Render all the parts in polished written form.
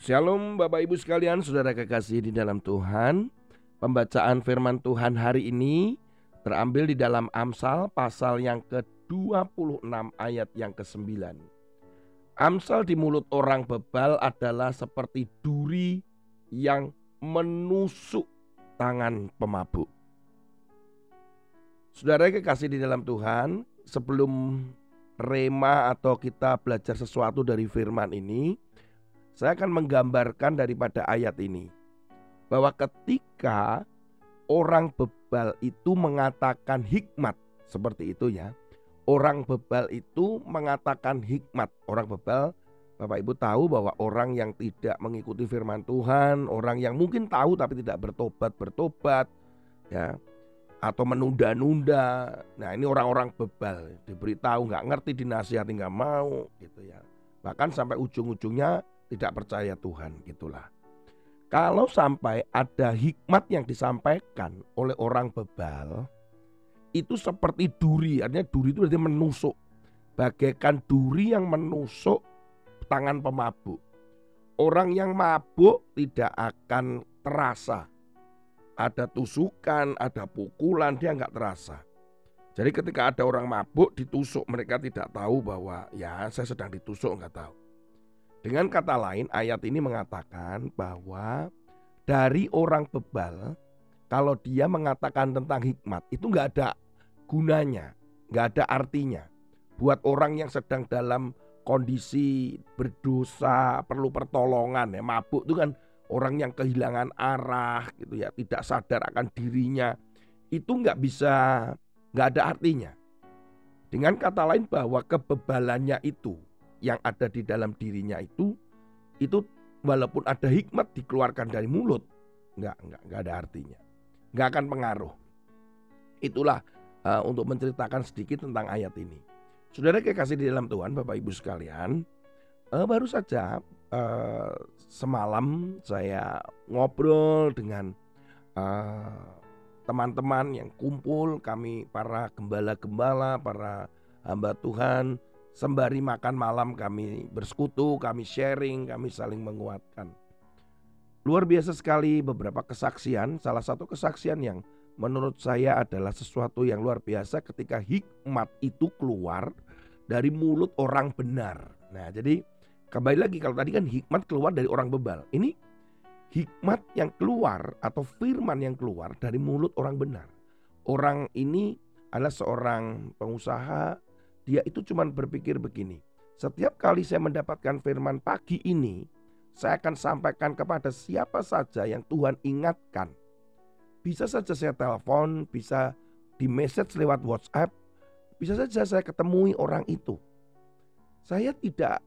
Shalom Bapak Ibu sekalian, saudara kekasih di dalam Tuhan. Pembacaan firman Tuhan hari ini terambil di dalam Amsal pasal yang ke-26 ayat yang ke-9. Amsal di mulut orang bebal adalah seperti duri yang menusuk tangan pemabuk. Saudara kekasih di dalam Tuhan, sebelum rema atau kita belajar sesuatu dari firman ini, saya akan menggambarkan daripada ayat ini bahwa ketika orang bebal itu mengatakan hikmat, seperti itu ya. Orang bebal itu mengatakan hikmat. Orang bebal, Bapak Ibu tahu bahwa orang yang tidak mengikuti firman Tuhan, orang yang mungkin tahu tapi tidak bertobat ya, atau menunda-nunda. Nah, ini orang-orang bebal, diberitahu nggak ngerti, dinasihati nggak mau gitu ya. Bahkan sampai ujung-ujungnya tidak percaya Tuhan, gitulah. Kalau sampai ada hikmat yang disampaikan oleh orang bebal, itu seperti duri, artinya duri itu berarti menusuk, bagaikan duri yang menusuk tangan pemabuk. Orang yang mabuk tidak akan terasa, ada tusukan, ada pukulan, dia nggak terasa. Jadi ketika ada orang mabuk ditusuk, mereka tidak tahu bahwa ya saya sedang ditusuk, nggak tahu. Dengan kata lain, ayat ini mengatakan bahwa dari orang bebal, kalau dia mengatakan tentang hikmat, itu nggak ada gunanya, nggak ada artinya. Buat orang yang sedang dalam kondisi berdosa, perlu pertolongan ya, mabuk itu kan orang yang kehilangan arah gitu ya, tidak sadar akan dirinya, itu nggak ada artinya. Dengan kata lain bahwa kebebalannya itu yang ada di dalam dirinya itu walaupun ada hikmat dikeluarkan dari mulut, nggak ada artinya, nggak akan pengaruh. Itulah untuk menceritakan sedikit tentang ayat ini. Saudara kekasih di dalam Tuhan, Bapak Ibu sekalian, baru saja semalam saya ngobrol dengan teman-teman yang kumpul, kami para gembala-gembala, para hamba Tuhan. Sembari makan malam kami bersekutu, kami sharing, kami saling menguatkan. Luar biasa sekali beberapa kesaksian. Salah satu kesaksian yang menurut saya adalah sesuatu yang luar biasa ketika hikmat itu keluar dari mulut orang benar. Nah, jadi kembali lagi, kalau tadi kan hikmat keluar dari orang bebal, ini hikmat yang keluar atau firman yang keluar dari mulut orang benar. Orang ini adalah seorang pengusaha. Dia itu cuma berpikir begini, setiap kali saya mendapatkan firman pagi ini, saya akan sampaikan kepada siapa saja yang Tuhan ingatkan. Bisa saja saya telepon, bisa di message lewat WhatsApp, bisa saja saya ketemui orang itu. Saya tidak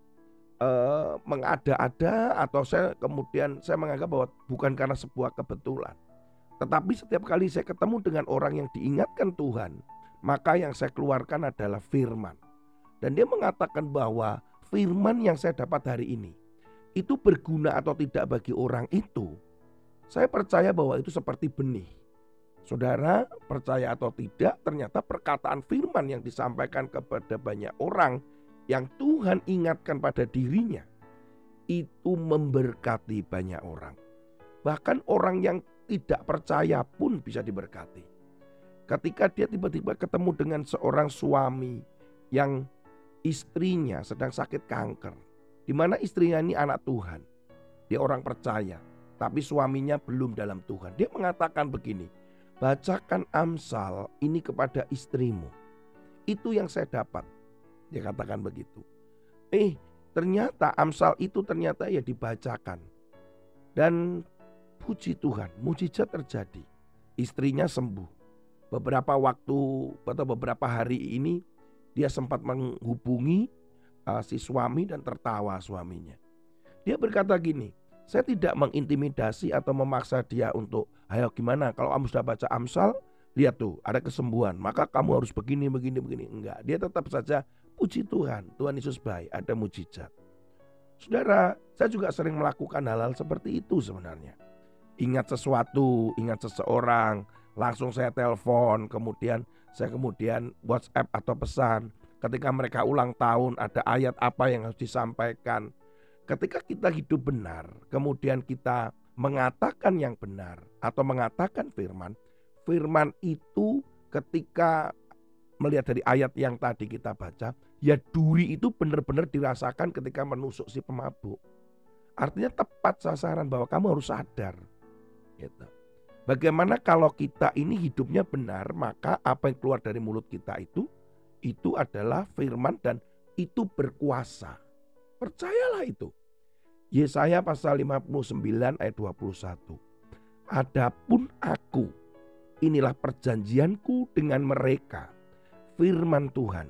mengada-ada atau saya menganggap bahwa bukan karena sebuah kebetulan. Tetapi setiap kali saya ketemu dengan orang yang diingatkan Tuhan, maka yang saya keluarkan adalah firman. Dan dia mengatakan bahwa firman yang saya dapat hari ini itu berguna atau tidak bagi orang itu. Saya percaya bahwa itu seperti benih. Saudara percaya atau tidak, ternyata perkataan firman yang disampaikan kepada banyak orang yang Tuhan ingatkan pada dirinya, itu memberkati banyak orang. Bahkan orang yang tidak percaya pun bisa diberkati. Ketika dia tiba-tiba ketemu dengan seorang suami yang istrinya sedang sakit kanker, di mana istrinya ini anak Tuhan, dia orang percaya, tapi suaminya belum dalam Tuhan. Dia mengatakan begini, bacakan Amsal ini kepada istrimu. Itu yang saya dapat. Dia katakan begitu. Ternyata Amsal itu ternyata ya dibacakan. Dan puji Tuhan, mujizat terjadi. Istrinya sembuh. Beberapa waktu atau beberapa hari ini dia sempat menghubungi si suami dan tertawa suaminya. Dia berkata gini, saya tidak mengintimidasi atau memaksa dia untuk ayo gimana kalau kamu sudah baca Amsal, lihat tuh ada kesembuhan, maka kamu harus begini. Enggak, dia tetap saja puji Tuhan, Tuhan Yesus baik, ada mujizat. Saudara, saya juga sering melakukan hal-hal seperti itu sebenarnya. Ingat sesuatu, ingat seseorang, langsung saya telepon, kemudian saya WhatsApp atau pesan. Ketika mereka ulang tahun, ada ayat apa yang harus disampaikan. Ketika kita hidup benar, kemudian kita mengatakan yang benar atau mengatakan firman, firman itu ketika melihat dari ayat yang tadi kita baca, ya duri itu benar-benar dirasakan ketika menusuk si pemabuk. Artinya tepat sasaran bahwa kamu harus sadar. Gitu. Bagaimana kalau kita ini hidupnya benar, maka apa yang keluar dari mulut kita itu adalah firman dan itu berkuasa. Percayalah itu. Yesaya pasal 59 ayat 21. Adapun aku, inilah perjanjianku dengan mereka. Firman Tuhan,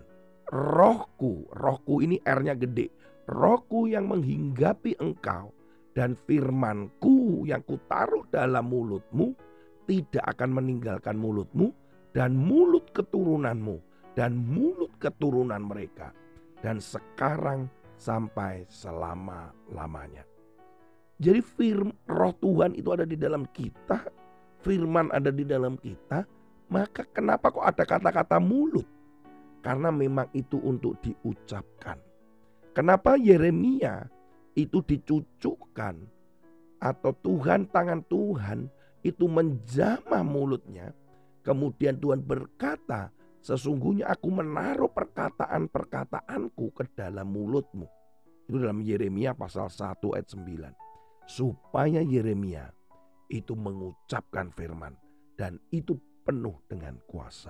rohku ini R-nya gede. Rohku yang menghinggapi engkau dan firmanku yang kutaruh dalam mulutmu tidak akan meninggalkan mulutmu dan mulut keturunanmu dan mulut keturunan mereka. Dan sekarang sampai selama-lamanya. Jadi roh Tuhan itu ada di dalam kita, firman ada di dalam kita, maka kenapa kok ada kata-kata mulut? Karena memang itu untuk diucapkan. Kenapa Yeremia itu dicucukkan atau tangan Tuhan itu menjamah mulutnya. Kemudian Tuhan berkata, sesungguhnya aku menaruh perkataan-perkataanku ke dalam mulutmu. Itu dalam Yeremia pasal 1 ayat 9. Supaya Yeremia itu mengucapkan firman dan itu penuh dengan kuasa.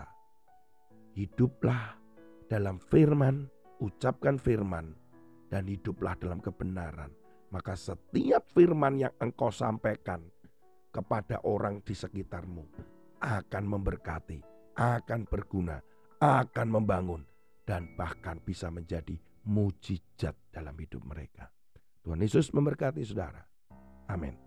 Hiduplah dalam firman, ucapkan firman dan hiduplah dalam kebenaran. Maka setiap firman yang engkau sampaikan kepada orang di sekitarmu akan memberkati, akan berguna, akan membangun, dan bahkan bisa menjadi mujizat dalam hidup mereka. Tuhan Yesus memberkati saudara. Amin.